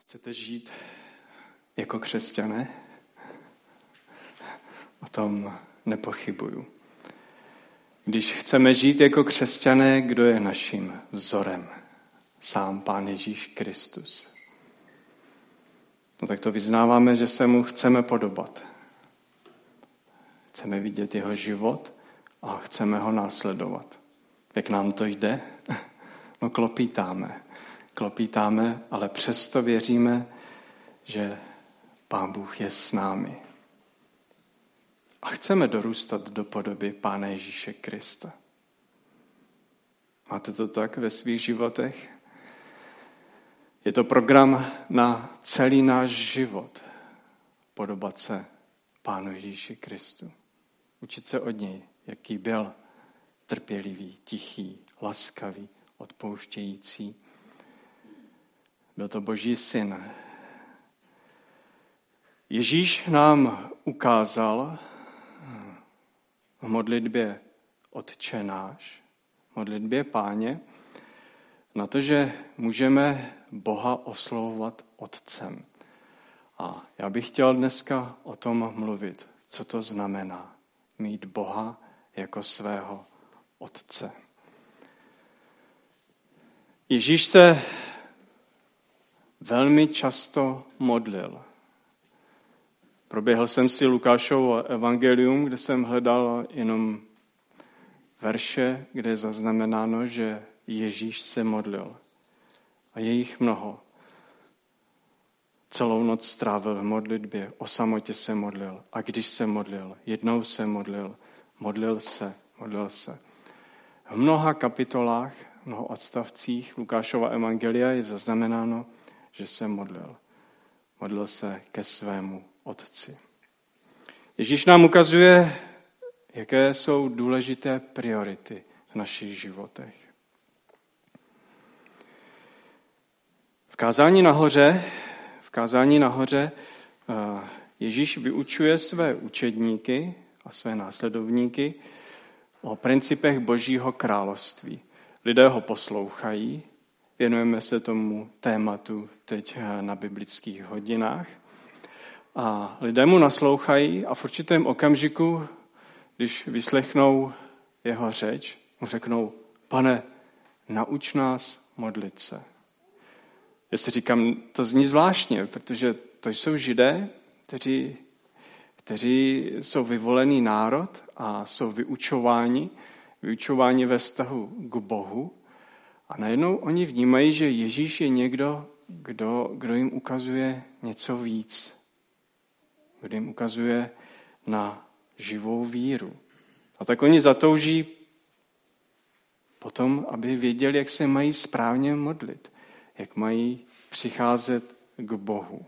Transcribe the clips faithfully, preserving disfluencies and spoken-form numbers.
Chcete žít jako křesťané? O tom nepochybuju. Když chceme žít jako křesťané, kdo je naším vzorem? Sám Pán Ježíš Kristus. No tak to vyznáváme, že se mu chceme podobat. Chceme vidět jeho život a chceme ho následovat. Jak nám to jde? No klopítáme. Klopítáme, ale přesto věříme, že Pán Bůh je s námi. A chceme dorůstat do podoby Pána Ježíše Krista. Máte to tak ve svých životech? Je to program na celý náš život. Podobat se Pánu Ježíši Kristu. Učit se od něj, jaký byl trpělivý, tichý, laskavý, odpouštějící. Byl to Boží syn. Ježíš nám ukázal v modlitbě Otče náš, modlitbě Páně, na to, že můžeme Boha oslovovat Otcem. A já bych chtěl dneska o tom mluvit, co to znamená mít Boha jako svého Otce. Ježíš se velmi často modlil. Proběhl jsem si Lukášovo evangelium, kde jsem hledal jenom verše, kde je zaznamenáno, že Ježíš se modlil. A je jich mnoho. Celou noc strávil v modlitbě, o samotě se modlil. A když se modlil, jednou se modlil, modlil se, modlil se. V mnoha kapitolách, v mnoha odstavcích Lukášova evangelia je zaznamenáno, že se modlil. Modlil se ke svému Otci. Ježíš nám ukazuje, jaké jsou důležité priority v našich životech. V kázání nahoře, v kázání nahoře Ježíš vyučuje své učedníky a své následovníky o principech Božího království. Lidé ho poslouchají, věnujeme se tomu tématu teď na biblických hodinách. A lidé mu naslouchají a v určitém okamžiku, když vyslechnou jeho řeč, mu řeknou: Pane, nauč nás modlit se. Já si říkám, to zní zvláštně, protože to jsou Židé, kteří, kteří jsou vyvolený národ a jsou vyučováni, vyučováni ve vztahu k Bohu. A najednou oni vnímají, že Ježíš je někdo, kdo, kdo jim ukazuje něco víc. Kdo jim ukazuje na živou víru. A tak oni zatouží potom, aby věděli, jak se mají správně modlit. Jak mají přicházet k Bohu.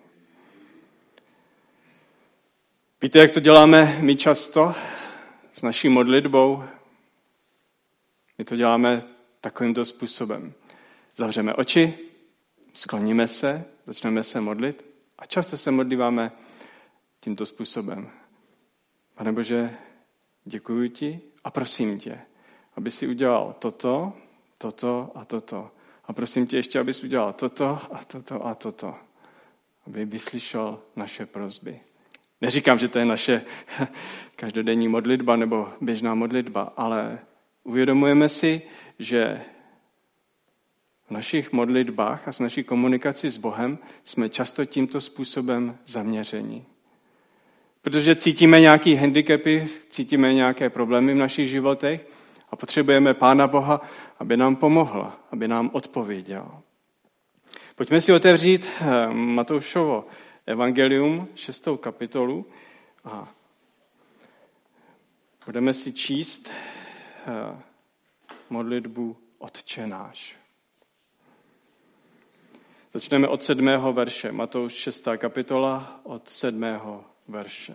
Víte, jak to děláme my často s naší modlitbou? My to děláme takovýmto způsobem. Zavřeme oči, skloníme se, začneme se modlit a často se modlíváme tímto způsobem. Pane Bože, děkuji ti a prosím tě, aby si udělal toto, toto a toto. A prosím tě ještě, abys udělal toto a toto a toto. Aby vyslyšel naše prosby. Neříkám, že to je naše každodenní modlitba nebo běžná modlitba, ale uvědomujeme si, že v našich modlitbách a s naší komunikací s Bohem jsme často tímto způsobem zaměření. Protože cítíme nějaké handicapy, cítíme nějaké problémy v našich životech a potřebujeme Pána Boha, aby nám pomohl, aby nám odpověděl. Pojďme si otevřít Matoušovo evangelium, šestou kapitolu a budeme si číst modlitbu Otče náš. Začneme od sedmého verše. Matouš šestá kapitola od sedmého verše.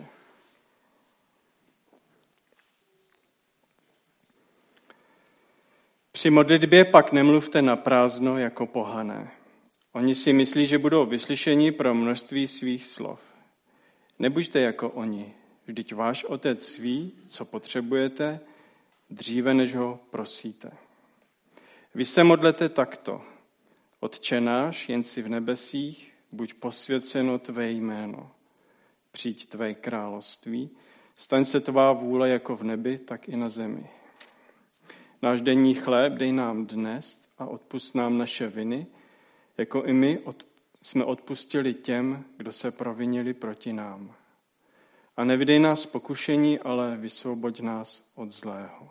Při modlitbě pak nemluvte na prázdno jako pohané. Oni si myslí, že budou vyslyšeni pro množství svých slov. Nebuďte jako oni. Vždyť váš Otec ví, co potřebujete, dříve než ho prosíte. Vy se modlete takto. Otče náš, jen si v nebesích, buď posvěceno tvé jméno, přijď tvé království, staň se tvá vůle jako v nebi, tak i na zemi. Náš denní chléb dej nám dnes a odpusť nám naše viny, jako i my od, jsme odpustili těm, kdo se provinili proti nám. A nevydej nás pokušení, ale vysvoboď nás od zlého.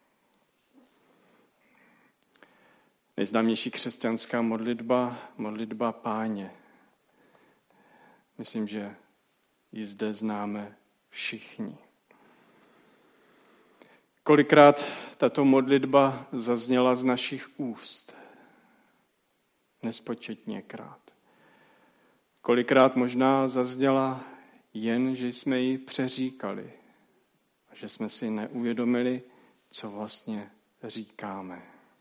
Nejznámější křesťanská modlitba, modlitba Páně. Myslím, že ji zde známe všichni. Kolikrát tato modlitba zazněla z našich úst? Nespočetněkrát. Kolikrát možná zazněla jen, že jsme ji přeříkali a že jsme si neuvědomili, co vlastně říkáme.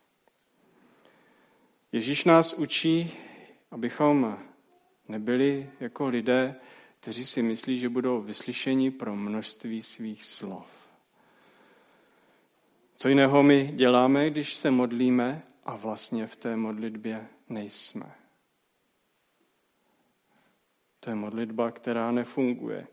Ježíš nás učí, abychom nebyli jako lidé, kteří si myslí, že budou vyslyšeni pro množství svých slov. Co jiného my děláme, když se modlíme a vlastně v té modlitbě nejsme? To je modlitba, která nefunguje.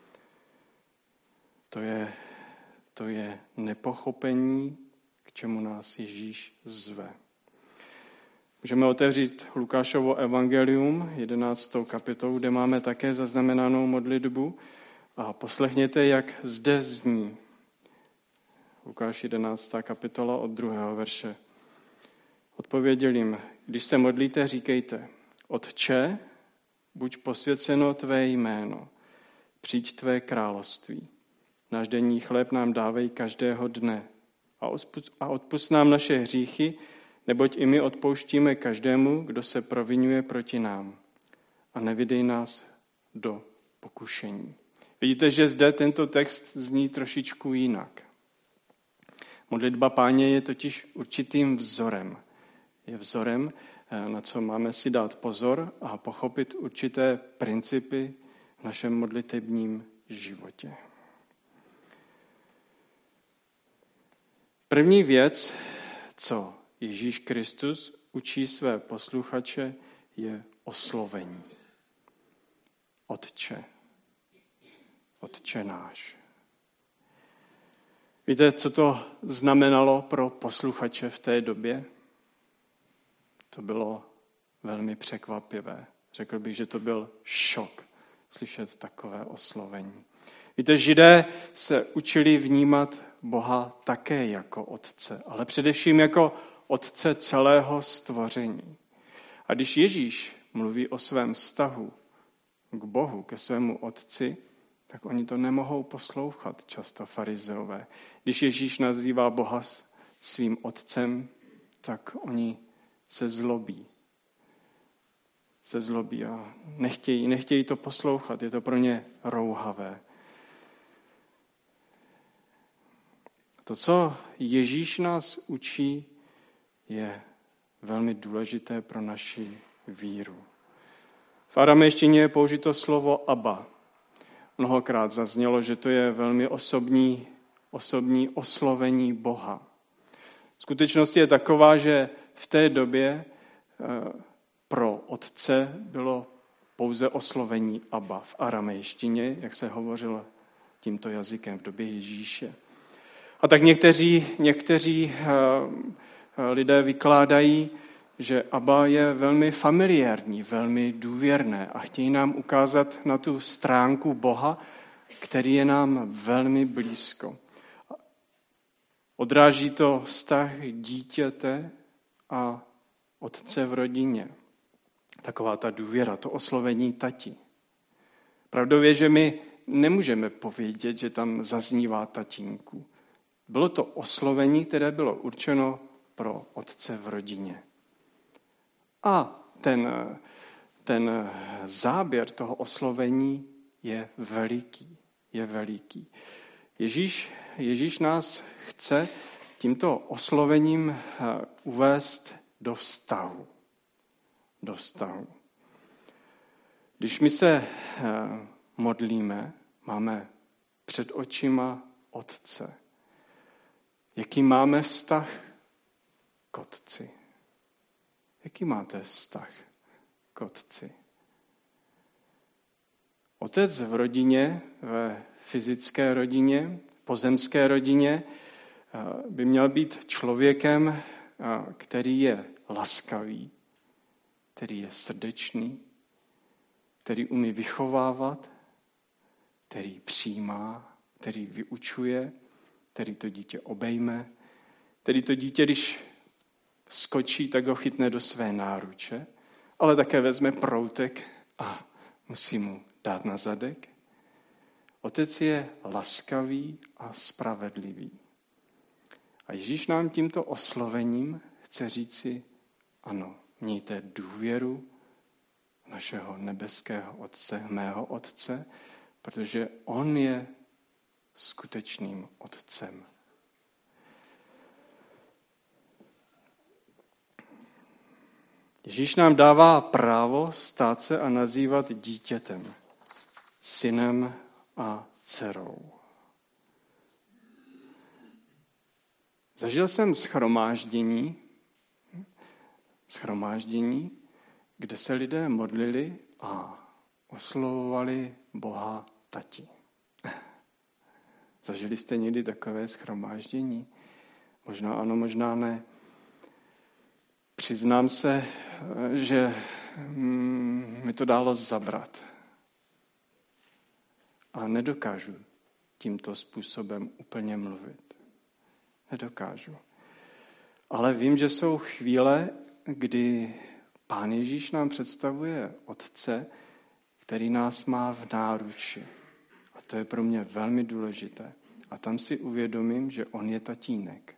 To je, to je nepochopení, k čemu nás Ježíš zve. Můžeme otevřít Lukášovo evangelium, jedenáctou kapitolu, kde máme také zaznamenanou modlitbu a poslechněte, jak zde zní. Lukáš jedenáctá kapitola od druhého verše. Odpověděl jim, když se modlíte, říkejte, Otče, buď posvěceno tvé jméno, přijď tvé království. Náš denní chléb nám dávej každého dne a odpusť nám naše hříchy, neboť i my odpouštíme každému, kdo se provinuje proti nám. A nevydej nás do pokušení. Vidíte, že zde tento text zní trošičku jinak. Modlitba Páně je totiž určitým vzorem. Je vzorem, na co máme si dát pozor a pochopit určité principy v našem modlitebním životě. První věc, co Ježíš Kristus učí své posluchače, je oslovení. Otče. Otče náš. Víte, co to znamenalo pro posluchače v té době? To bylo velmi překvapivé. Řekl bych, že to byl šok slyšet takové oslovení. Víte, Židé se učili vnímat Boha také jako Otce, ale především jako Otce celého stvoření. A když Ježíš mluví o svém vztahu k Bohu, ke svému Otci, tak oni to nemohou poslouchat, často farizeové. Když Ježíš nazývá Boha svým Otcem, tak oni se zlobí. Se zlobí a nechtějí, nechtějí to poslouchat, je to pro ně rouhavé. To, co Ježíš nás učí, je velmi důležité pro naši víru. V aramejštině je použito slovo Abba. Mnohokrát zaznělo, že to je velmi osobní, osobní oslovení Boha. Skutečnost je taková, že v té době pro otce bylo pouze oslovení Abba v aramejštině, jak se hovořilo tímto jazykem v době Ježíše. A tak někteří, někteří lidé vykládají, že Abba je velmi familiární, velmi důvěrné a chtějí nám ukázat na tu stránku Boha, který je nám velmi blízko. Odráží to vztah dítěte a otce v rodině. Taková ta důvěra, to oslovení tati. Pravdou je, že my nemůžeme povědět, že tam zaznívá tatínku. Bylo to oslovení, které bylo určeno pro otce v rodině. A ten, ten záběr toho oslovení je veliký. Je veliký. Ježíš, Ježíš nás chce tímto oslovením uvést do vztahu. Do vztahu. Když my se modlíme, máme před očima Otce. Jaký máme vztah k Otci? Jaký máte vztah k Otci? Otec v rodině, ve fyzické rodině, pozemské rodině, by měl být člověkem, který je laskavý, který je srdečný, který umí vychovávat, který přijímá, který vyučuje, který to dítě obejme, který to dítě, když skočí, tak ho chytne do své náruče, ale také vezme proutek a musí mu dát na zadek. Otec je laskavý a spravedlivý. A Ježíš nám tímto oslovením chce říci, ano, mějte důvěru našeho nebeského Otce, mého Otce, protože on je skutečným Otcem. Ježíš nám dává právo stát se a nazývat dítětem, synem a dcerou. Zažil jsem shromáždění, shromáždění, kde se lidé modlili a oslovovali Boha Tati. Zažili jste někdy takové shromáždění? Možná ano, možná ne. Přiznám se, že mi to dálo zabrat. A nedokážu tímto způsobem úplně mluvit. Nedokážu. Ale vím, že jsou chvíle, kdy Pán Ježíš nám představuje Otce, který nás má v náruči. A to je pro mě velmi důležité. A tam si uvědomím, že on je tatínek.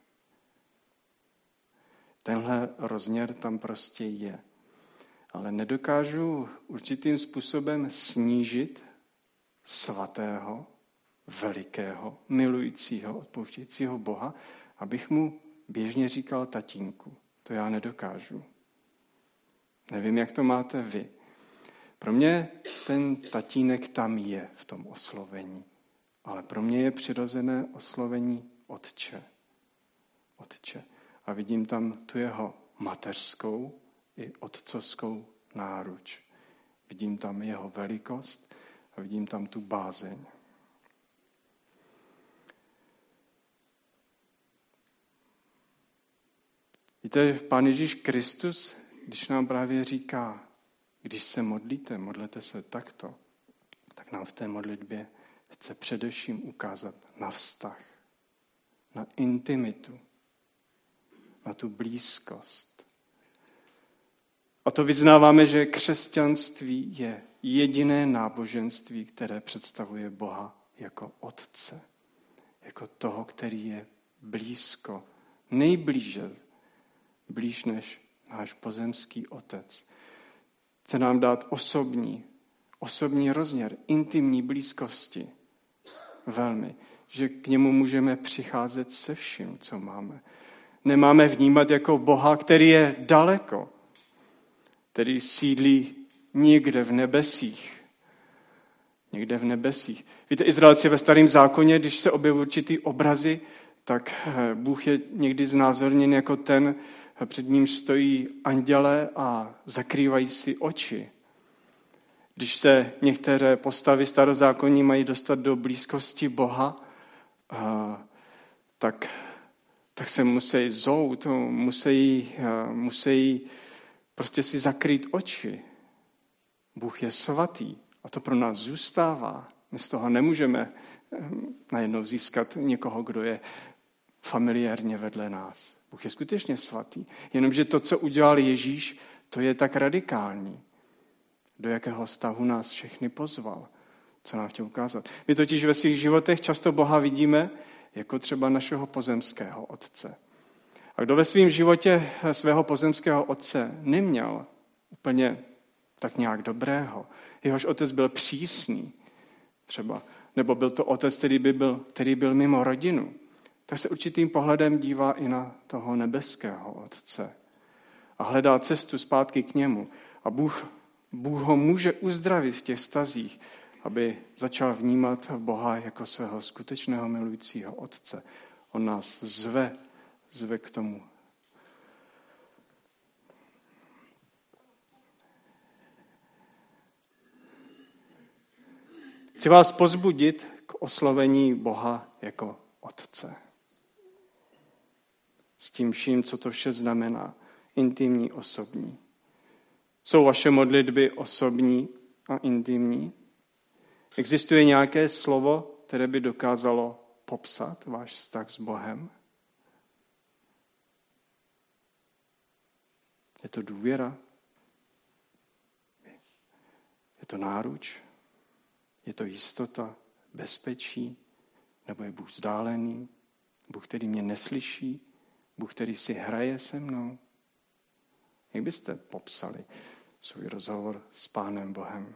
Tenhle rozměr tam prostě je. Ale nedokážu určitým způsobem snížit svatého, velikého, milujícího, odpouštějícího Boha, abych mu běžně říkal tatínku. To já nedokážu. Nevím, jak to máte vy. Pro mě ten tatínek tam je v tom oslovení. Ale pro mě je přirozené oslovení otče. Otče. A vidím tam tu jeho mateřskou i otcovskou náruč. Vidím tam jeho velikost a vidím tam tu bázeň. Víte, Pán Ježíš Kristus, když nám právě říká, když se modlíte, modlete se takto, tak nám v té modlitbě chce především ukázat na vztah, na intimitu, na tu blízkost. A to vyznáváme, že křesťanství je jediné náboženství, které představuje Boha jako Otce, jako toho, který je blízko, nejblíže, blíž než náš pozemský Otec. Chce nám dát osobní, osobní rozměr, intimní blízkosti. Velmi. Že k němu můžeme přicházet se vším, co máme. Nemáme vnímat jako Boha, který je daleko, který sídlí někde v nebesích. Někde v nebesích. Víte, Izraelci ve Starém zákoně, když se objevují určitý obrazy, tak Bůh je někdy znázorněn jako ten, před ním stojí anděle a zakrývají si oči. Když se některé postavy starozákonní mají dostat do blízkosti Boha, tak, tak se musí zout, musí, musí prostě si zakrýt oči. Bůh je svatý a to pro nás zůstává. My z toho nemůžeme najednou získat někoho, kdo je familiárně vedle nás. Bůh je skutečně svatý. Jenomže to, co udělal Ježíš, to je tak radikální. Do jakého stavu nás všechny pozval. Co nám chtěl ukázat. My totiž ve svých životech často Boha vidíme jako třeba našeho pozemského otce. A kdo ve svém životě svého pozemského otce neměl úplně tak nějak dobrého, jehož otec byl přísný třeba, nebo byl to otec, který, by byl, který byl mimo rodinu, tak se určitým pohledem dívá i na toho nebeského Otce a hledá cestu zpátky k němu. A Bůh, Bůh ho může uzdravit v těch vztazích, aby začal vnímat Boha jako svého skutečného milujícího Otce. On nás zve, zve k tomu. Chci vás pozbudit k oslovení Boha jako Otce. S tím vším, co to vše znamená. Intimní, osobní. Jsou vaše modlitby osobní a intimní? Existuje nějaké slovo, které by dokázalo popsat váš vztah s Bohem? Je to důvěra? Je to náruč? Je to jistota, bezpečí? Nebo je Bůh vzdálený? Bůh, který mě neslyší? Bůh, který si hraje se mnou? Jak byste popsali svůj rozhovor s Pánem Bohem?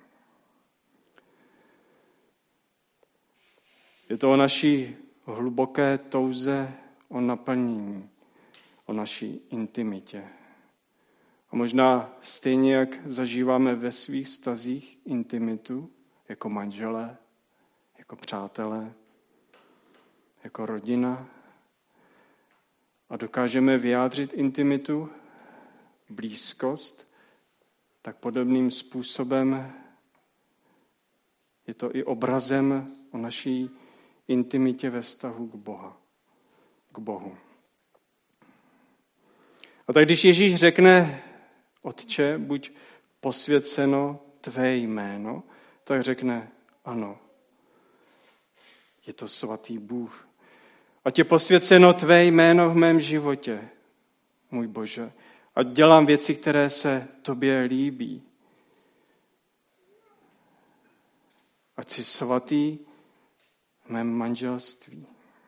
Je to o naší hluboké touze, o naplnění, o naší intimitě. A možná stejně, jak zažíváme ve svých vztazích intimitu, jako manželé, jako přátelé, jako rodina, a dokážeme vyjádřit intimitu, blízkost, tak podobným způsobem je to i obrazem o naší intimitě ve vztahu k Boha, k Bohu. A tak když Ježíš řekne, Otče, buď posvěceno tvé jméno, tak řekne, ano, je to svatý Bůh. Ať je posvěceno tvé jméno v mém životě, můj Bože. Ať dělám věci, které se tobě líbí. Ať jsi svatý v mém manželství.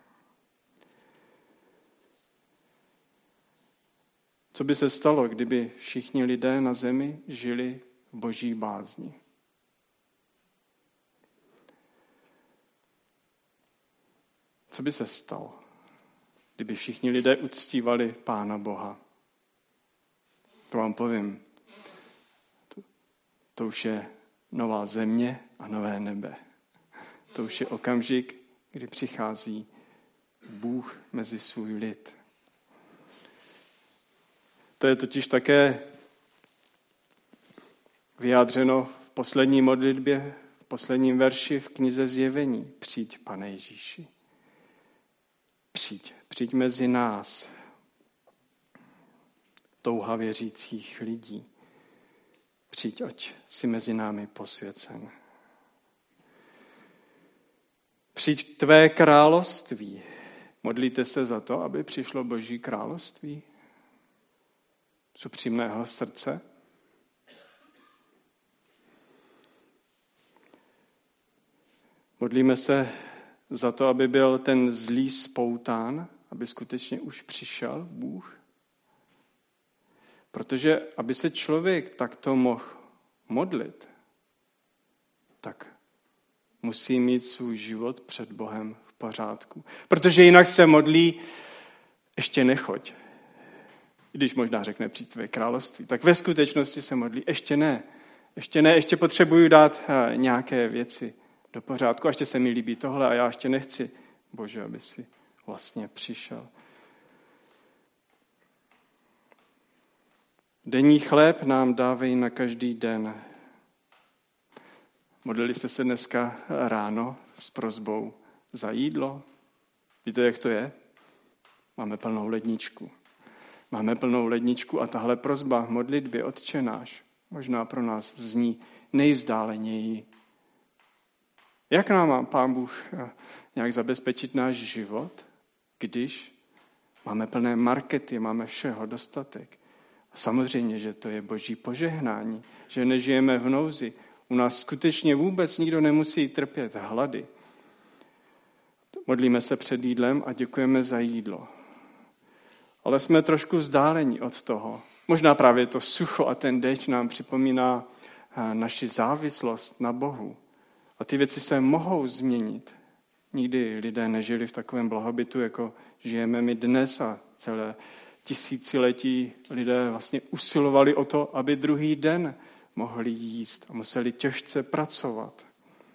Co by se stalo, kdyby všichni lidé na zemi žili v boží bázni? Co by se stalo, kdyby všichni lidé uctívali Pána Boha? To vám povím. To, to už je nová země a nové nebe. To už je okamžik, kdy přichází Bůh mezi svůj lid. To je totiž také vyjádřeno v poslední modlitbě, v posledním verši v knize Zjevení. Přijď, Pane Ježíši. Přijď, přijď mezi nás, touha věřících lidí. Přijď, ať si mezi námi posvěcen. Přijď k tvé království. Modlíte se za to, aby přišlo Boží království? Z upřímného srdce? Modlíme se za to, aby byl ten zlý spoután, aby skutečně už přišel Bůh? Protože aby se člověk takto mohl modlit, tak musí mít svůj život před Bohem v pořádku. Protože jinak se modlí, ještě nechoď. Když možná řekne přijď tvé království, tak ve skutečnosti se modlí, ještě ne. Ještě ne, ještě potřebuju dát nějaké věci do pořádku, a ještě se mi líbí tohle a já ještě nechci, Bože, aby si vlastně přišel. Denní chléb nám dávej na každý den. Modlili jste se dneska ráno s prosbou za jídlo? Víte, jak to je? Máme plnou ledničku. Máme plnou ledničku a tahle prosba v modlitbě Otče náš možná pro nás zní nejvzdáleněji. Jak nám má Pán Bůh nějak zabezpečit náš život, když máme plné markety, máme všeho dostatek? A samozřejmě, že to je Boží požehnání, že nežijeme v nouzi. U nás skutečně vůbec nikdo nemusí trpět hlady. Modlíme se před jídlem a děkujeme za jídlo. Ale jsme trošku vzdáleni od toho. Možná právě to sucho a ten déšť nám připomíná naši závislost na Bohu. A ty věci se mohou změnit. Nikdy lidé nežili v takovém blahobytu, jako žijeme my dnes, a celé tisíciletí lidé vlastně usilovali o to, aby druhý den mohli jíst a museli těžce pracovat.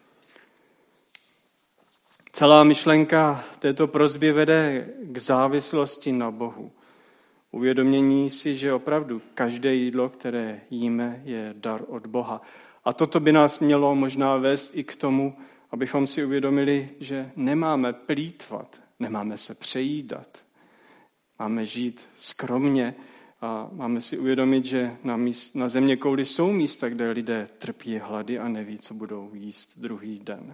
Celá myšlenka této prosby vede k závislosti na Bohu. Uvědomění si, že opravdu každé jídlo, které jíme, je dar od Boha. A toto by nás mělo možná vést i k tomu, Abychom si uvědomili, že nemáme plýtvat, nemáme se přejídat. Máme žít skromně a máme si uvědomit, že na, míst, na země kouli jsou místa, kde lidé trpí hlady a neví, co budou jíst druhý den.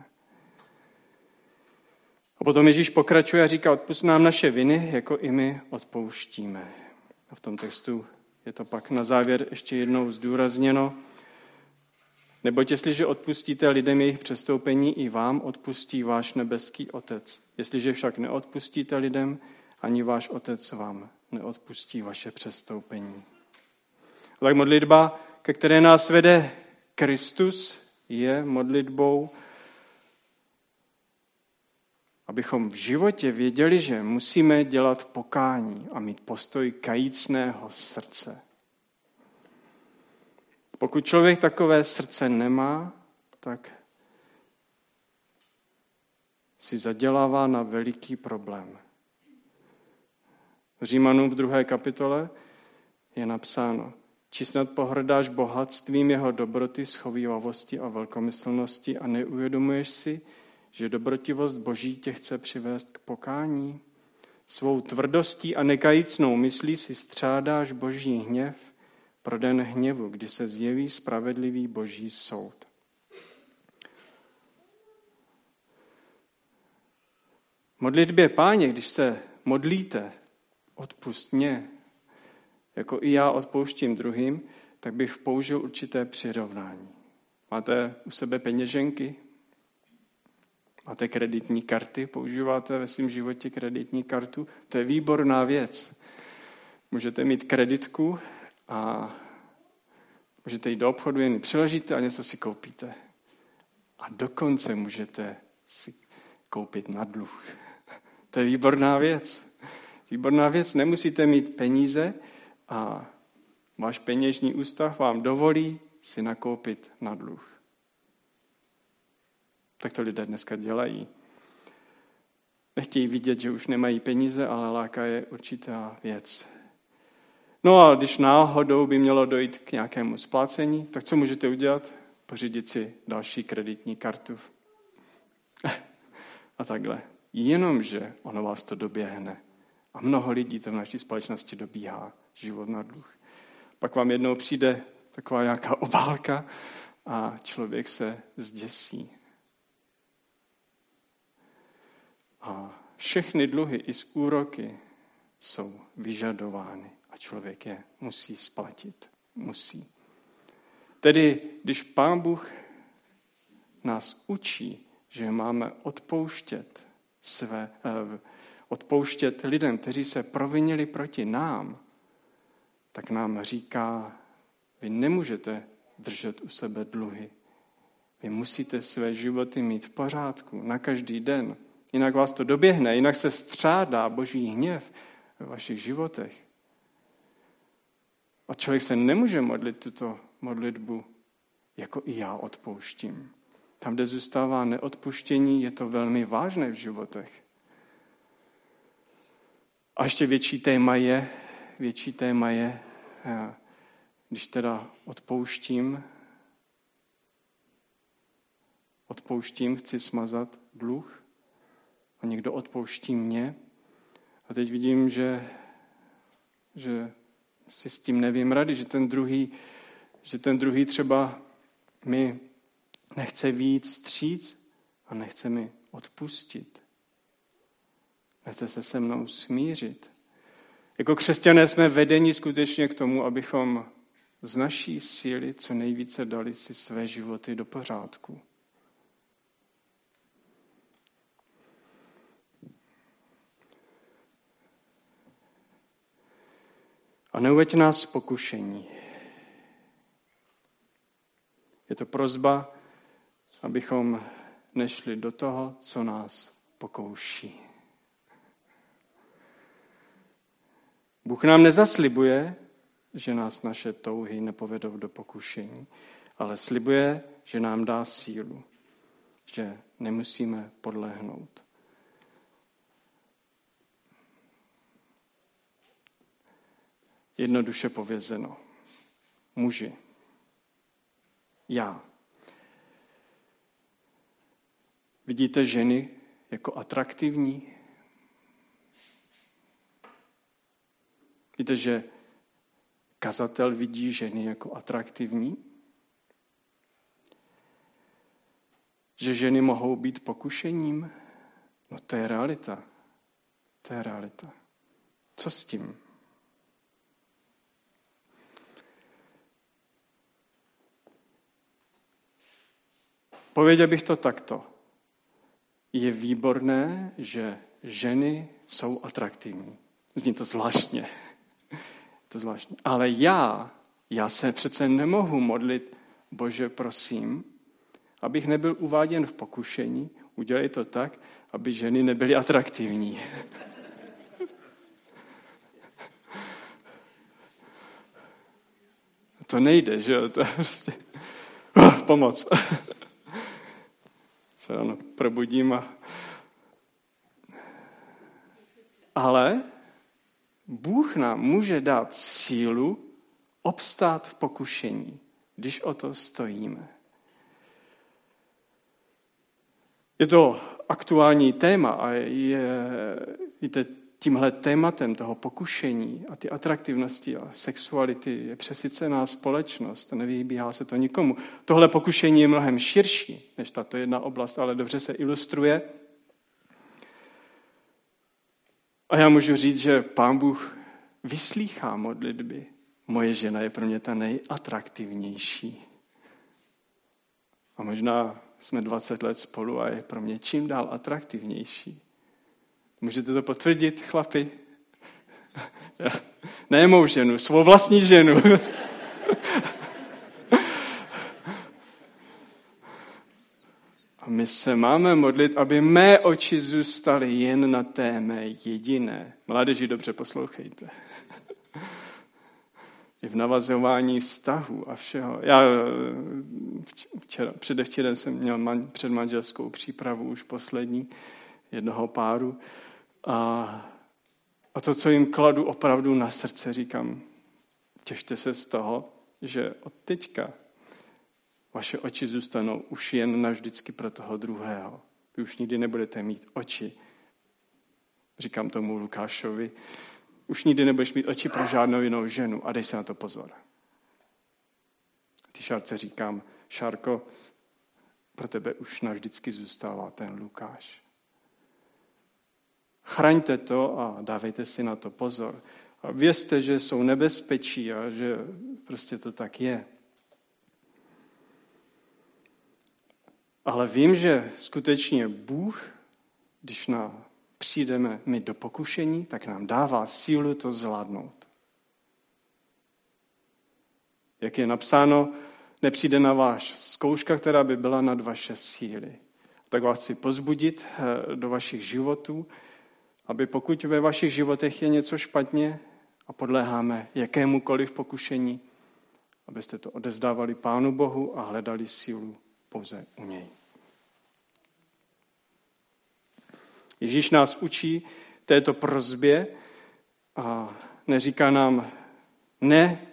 A potom Ježíš pokračuje a říká, odpusť nám naše viny, jako i my odpouštíme. A v tom textu je to pak na závěr ještě jednou zdůrazněno. Neboť jestliže odpustíte lidem jejich přestoupení, i vám odpustí váš nebeský Otec. Jestliže však neodpustíte lidem, ani váš Otec vám neodpustí vaše přestoupení. A tak modlitba, ke které nás vede Kristus, je modlitbou, abychom v životě věděli, že musíme dělat pokání a mít postoj kajícného srdce. Pokud člověk takové srdce nemá, tak si zadělává na veliký problém. V Římanům v druhé kapitole je napsáno, či snad pohrdáš bohatstvím jeho dobroty, schovívavosti a velkomyslnosti a neuvědomuješ si, že dobrotivost Boží tě chce přivést k pokání? Svou tvrdostí a nekajícnou myslí si střádáš Boží hněv pro den hněvu, kdy se zjeví spravedlivý Boží soud. V modlitbě Páně, když se modlíte, odpusť mě, jako i já odpouštím druhým, tak bych použil určité přirovnání. Máte u sebe peněženky? Máte kreditní karty? Používáte ve svém životě kreditní kartu? To je výborná věc. Můžete mít kreditku a můžete jít do obchodu, jen přiložíte a něco si koupíte. A dokonce můžete si koupit na dluh. To je výborná věc. Výborná věc. Nemusíte mít peníze a váš peněžní ústav vám dovolí si nakoupit na dluh. Tak to lidé dneska dělají. Nechtějí vidět, že už nemají peníze, ale láká je určitá věc. No a když náhodou by mělo dojít k nějakému splácení, tak co můžete udělat? Pořídit si další kreditní kartu. A takhle. Jenomže ono vás to doběhne. A mnoho lidí to v naší společnosti dobíhá. Život na dluh. Pak vám jednou přijde taková nějaká obálka a člověk se zděsí. A všechny dluhy i z úroky jsou vyžadovány a člověk je musí splatit. Musí. Tedy, když Pán Bůh nás učí, že máme odpouštět své, eh, odpouštět lidem, kteří se provinili proti nám, tak nám říká, vy nemůžete držet u sebe dluhy. Vy musíte své životy mít v pořádku na každý den. Jinak vás to doběhne, jinak se střádá Boží hněv ve vašich životech. A člověk se nemůže modlit tuto modlitbu, jako i já odpouštím. Tam, kde zůstává neodpuštění, je to velmi vážné v životech. A ještě větší téma je, větší téma je, když teda odpouštím, odpouštím, chci smazat dluh a někdo odpouští mě. A teď vidím, že, že si s tím nevím rady, že ten druhý, že ten druhý třeba mi nechce vyjít vstříc a nechce mi odpustit. Nechce se se mnou smířit. Jako křesťané jsme vedeni skutečně k tomu, abychom z naší síly co nejvíce dali si své životy do pořádku. A neuveď nás z pokušení. Je to prosba, abychom nešli do toho, co nás pokouší. Bůh nám nezaslibuje, že nás naše touhy nepovedou do pokušení, ale slibuje, že nám dá sílu, že nemusíme podlehnout. Jednoduše povězeno. Muži. Já. Vidíte ženy jako atraktivní? Víte, že kazatel vidí ženy jako atraktivní? Že ženy mohou být pokušením? No to je realita. To je realita. Co s tím? Pověděl bych to takto. Je výborné, že ženy jsou atraktivní. Zní to zvláštně. To zvláštně. Ale já, já se přece nemohu modlit, Bože, prosím, abych nebyl uváděn v pokušení, udělej to tak, aby ženy nebyly atraktivní. To nejde, že jo? To je prostě oh, pomoc. Se ráno probudím a... Ale Bůh nám může dát sílu obstát v pokušení, když o to stojíme. Je to aktuální téma a je, víte, tímhle tématem toho pokušení a ty atraktivnosti a sexuality je přesycená společnost, nevybíhá se to nikomu. Tohle pokušení je mnohem širší než tato jedna oblast, ale dobře se ilustruje. A já můžu říct, že Pán Bůh vyslýchá modlitby. Moje žena je pro mě ta nejatraktivnější. A možná jsme dvacet let spolu a je pro mě čím dál atraktivnější. Můžete to potvrdit, chlapi? Ne mou ženu, svou vlastní ženu. A my se máme modlit, aby mé oči zůstaly jen na té mé jediné. Mládeži, dobře poslouchejte. I v navazování vztahu a všeho. Já včera, předevčírem jsem měl man, předmanželskou přípravu, už poslední, jednoho páru. A, a to, co jim kladu opravdu na srdce, říkám, těšte se z toho, že od teďka vaše oči zůstanou už jen navždycky pro toho druhého. Vy už nikdy nebudete mít oči. Říkám tomu Lukášovi, už nikdy nebudeš mít oči pro žádnou jinou ženu a dej se na to pozor. Ty Šárce říkám, Šárko, pro tebe už navždycky zůstává ten Lukáš. Chraňte to a dávejte si na to pozor. A vězte, že jsou nebezpečí a že prostě to tak je. Ale vím, že skutečně Bůh, když nám přijdeme my do pokušení, tak nám dává sílu to zvládnout. Jak je napsáno, nepřijde na váš zkouška, která by byla nad vaše síly. Tak vás chci pozbudit do vašich životů, aby pokud ve vašich životech je něco špatně a podléháme jakémukoliv pokušení, abyste to odezdávali Pánu Bohu a hledali sílu pouze u něj. Ježíš nás učí této prosbě a neříká nám, ne,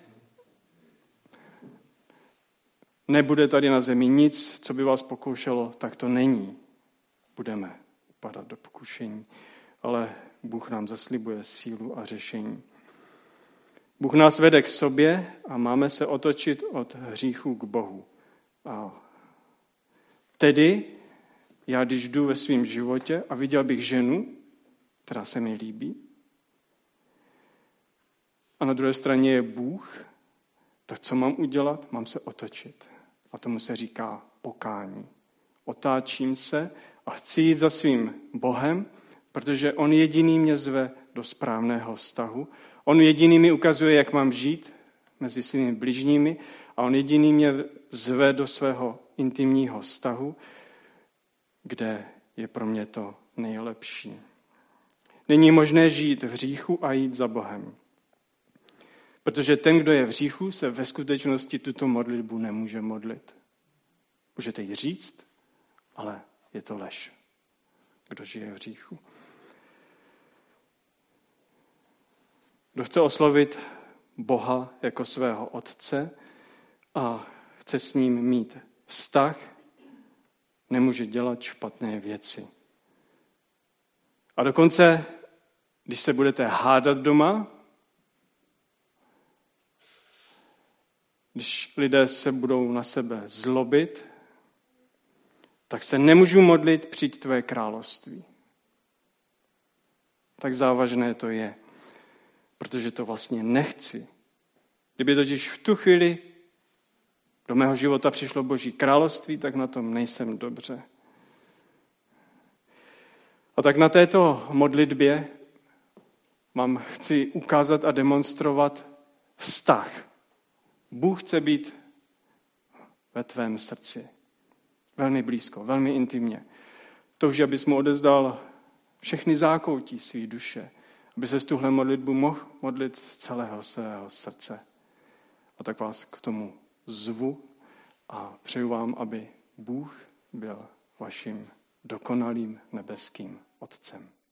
nebude tady na zemi nic, co by vás pokoušelo, tak to není. Budeme upadat do pokušení, ale Bůh nám zaslibuje sílu a řešení. Bůh nás vede k sobě a máme se otočit od hříchu k Bohu. A tedy já, když jdu ve svém životě a viděl bych ženu, která se mi líbí, a na druhé straně je Bůh, tak co mám udělat? Mám se otočit. A tomu se říká pokání. Otáčím se a chci jít za svým Bohem, protože on jediný mě zve do správného vztahu. On jediný mi ukazuje, jak mám žít mezi svými bližními a on jediný mě zve do svého intimního vztahu, kde je pro mě to nejlepší. Není možné žít v hříchu a jít za Bohem. Protože ten, kdo je v hříchu, se ve skutečnosti tuto modlitbu nemůže modlit. Můžete ji říct, ale je to lež. Kdo žije v hříchu. Kdo chce oslovit Boha jako svého otce a chce s ním mít vztah, nemůže dělat špatné věci. A dokonce, když se budete hádat doma, když lidé se budou na sebe zlobit, tak se nemůžu modlit, přijď tvé království. Tak závažné to je, protože to vlastně nechci. Kdyby totiž v tu chvíli do mého života přišlo Boží království, tak na tom nejsem dobře. A tak na této modlitbě vám chci ukázat a demonstrovat vztah. Bůh chce být ve tvém srdci. Velmi blízko, velmi intimně. Touží, abys mu odezdal všechny zákoutí své duše, aby se z tuhle modlitbu mohl modlit z celého svého srdce. A tak vás k tomu zvu a přeju vám, aby Bůh byl vaším dokonalým nebeským Otcem.